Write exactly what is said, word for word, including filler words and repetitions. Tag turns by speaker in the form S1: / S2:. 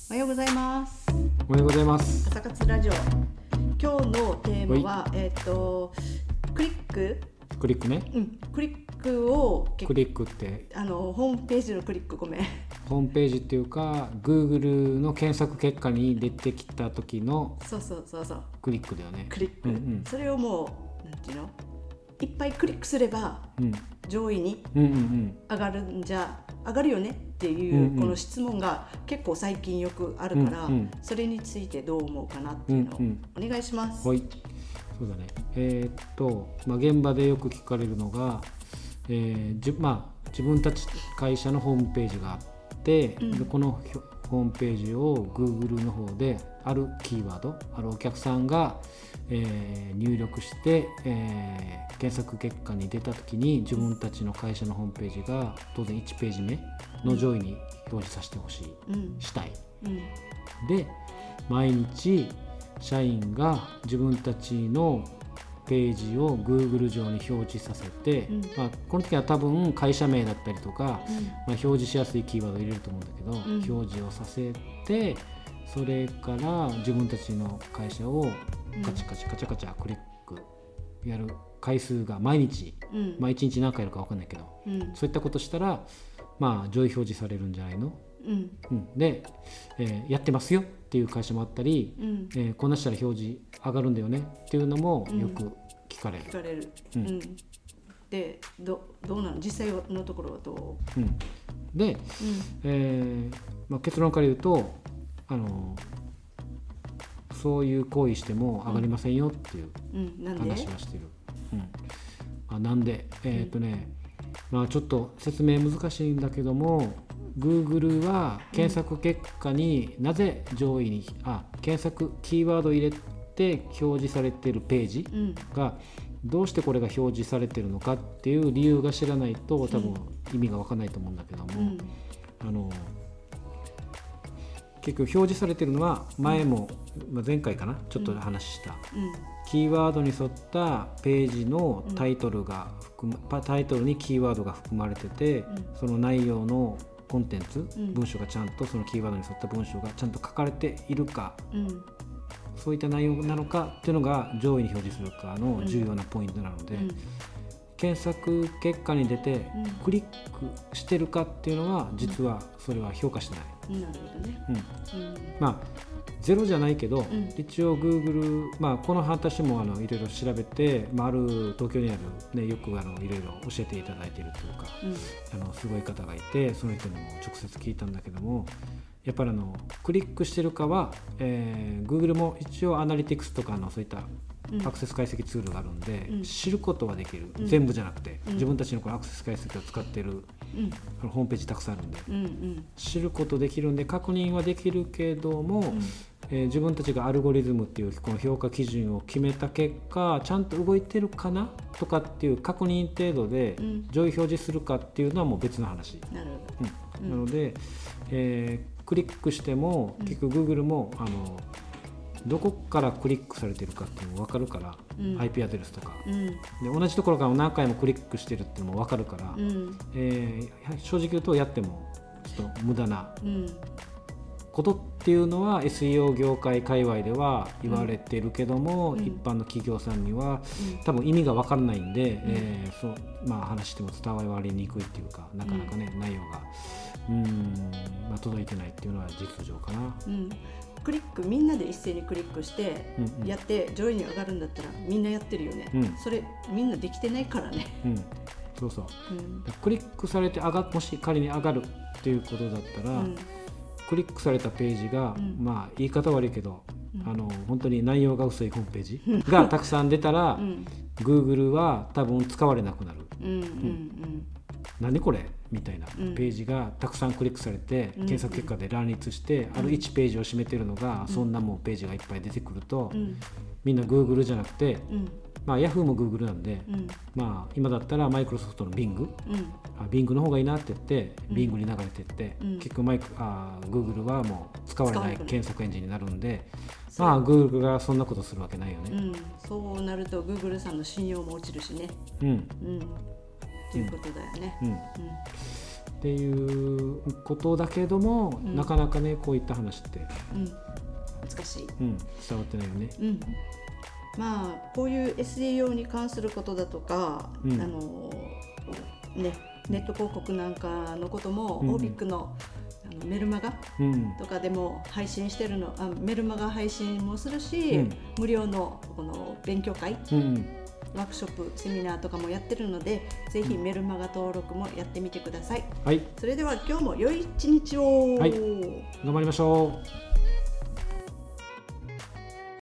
S1: おはようございます。
S2: おはようございます。
S1: 朝活ラジオ。今日のテーマは、えっ、ー、とクリック。
S2: クリックね。
S1: うん。クリックを
S2: クリックって
S1: あのホームページのクリックごめん。
S2: ホームページっていうか Google の検索結果に出てきた時の
S1: そうそうそうそう
S2: クリックだよね。
S1: クリック。
S2: うんうん、
S1: それをもうなんていうの？いっぱいクリックすれば、うん、上位に上がるんじゃ上がるよねっていうこの質問が結構最近よくあるから、うんうん、それについてどう思うかなっていうのをお願いします。
S2: はい、そうだね。えー、っと、まあ、現場でよく聞かれるのが、えーじまあ、自分たち会社のホームページがあって、うん、でこのホームページを Google の方であるキーワード、あるお客さんが、えー、入力して、えー、検索結果に出た時に自分たちの会社のホームページが当然いちページ目の上位に表示させてほしい、うん、したい、うん、で毎日社員が自分たちのページを Google 上に表示させて、うんまあ、この時は多分会社名だったりとか、うんまあ、表示しやすいキーワードを入れると思うんだけど、うん、表示をさせてそれから自分たちの会社をカチカチカチャカチャクリックやる回数が毎日、うんまあ、いちにち何回やるか分かんないけど、うん、そういったことしたら、まあ、上位表示されるんじゃないの、うんうん、で、えー、やってますよっていう会社もあったり、うんえー、こんなしたら表示上がるんだよねっていうのもよく聞かれる、
S1: 聞かれる、うんうん、で ど, どうなの実際のところはどう、
S2: うん、で、うんえーまあ、結論から言うとあのそういう行為しても上がりませんよっていう話はしてる、うんうん、あなんでえっとね、まあ、ちょっと説明難しいんだけども Google は検索結果になぜ上位に、うん、あ検索キーワードを入れて表示されているページがどうしてこれが表示されているのかっていう理由が知らないと多分意味が分からないと思うんだけども、うん、あの結局表示されているのは前も、まあ、前回かなちょっと話した、うん、キーワードに沿ったページのタイトルが含ま、タイトルにキーワードが含まれてて、うん、その内容のコンテンツ、うん、文章がちゃんとそのキーワードに沿った文章がちゃんと書かれているか、うん、そういった内容なのかっていうのが上位に表示するかの重要なポイントなので、うん、検索結果に出てクリックしてるかっていうのは実はそれは評価しない、
S1: うん、なるほどね、うんうん、
S2: まあゼロじゃないけど、うん、一応 Google、まあ、この半年もあのいろいろ調べて、まあ、ある東京にある、ね、よくあのいろいろ教えていただいているというか、うん、あのすごい方がいてその人にも直接聞いたんだけどもやっぱりあのクリックしてるかは、えー、Google も一応アナリティクスとかのそういったアクセス解析ツールがあるんで、うん、知ることはできる、うん、全部じゃなくて、うん、自分たちのこのアクセス解析を使ってる、うん、ホームページたくさんあるんで、うんうん、知ることできるんで確認はできるけども、うんえー、自分たちがアルゴリズムっていうこの評価基準を決めた結果ちゃんと動いてるかなとかっていう確認程度で上位表示するかっていうのはもう別の話、
S1: なるほど、
S2: うん、なので、えー、クリックしても結局 Google もあのどこからクリックされてるかっていうのも分かるから、うん、アイピー アドレスとか、うん、で同じところから何回もクリックしてるっていうのも分かるから、うんえー、正直言うとやってもちょっと無駄なことっていうのは エスイーオー 業界界隈では言われてるけども、うん、一般の企業さんには多分意味が分からないんで、うんえーそうまあ、話しても伝わりにくいっていうかなかなかね、うん、内容がうーん、まあ、届いてないっていうのは実情かな、
S1: うんクリックみんなで一斉にクリックしてやって上位に上がるんだったらみんなやってるよね、うん、それみんなできてないからね、
S2: うん、そうそう、うん、クリックされて上がもし仮に上がるっていうことだったら、うん、クリックされたページが、うん、まあ言い方悪いけど、うん、あの本当に内容が薄いホームページがたくさん出たら、うん、Google は多分使われなくなる、うんうんうん何これみたいなページがたくさんクリックされて、うん、検索結果で乱立して、うん、あるいちページを占めてるのが、うん、そんなもうページがいっぱい出てくると、うん、みんな Google じゃなくて、うんまあ、Yahoo も Google なんで、うんまあ、今だったらマイクロソフトの Bing、うん、あ Bing の方がいいなって言って、うん、Bing に流れていって、うん、結局マイクあ Google はもう使われない検索エンジンになるんで、まあ Google がそんなことするわけないよね、
S1: うん、そうなると Google さんの信用も落ちるしね、
S2: うん、
S1: うんっていうことだよね、
S2: うんうん、 っていうことだけども、うん、なかなかねこういった話って、
S1: うん、難しい、
S2: うん、伝わってないよね、
S1: うん、まあこういう エスイーオー に関することだとか、うん、あのね、ネット広告なんかのことも、うん、オービック の, あのメルマガとかでも配信してるの、あメルマガ配信もするし、うん、無料のこの勉強会、うん、ワークショップセミナーとかもやってるので、ぜひメルマガ登録もやってみてください、
S2: はい、
S1: それでは今日も良い一日を、
S2: はい、頑張りましょう。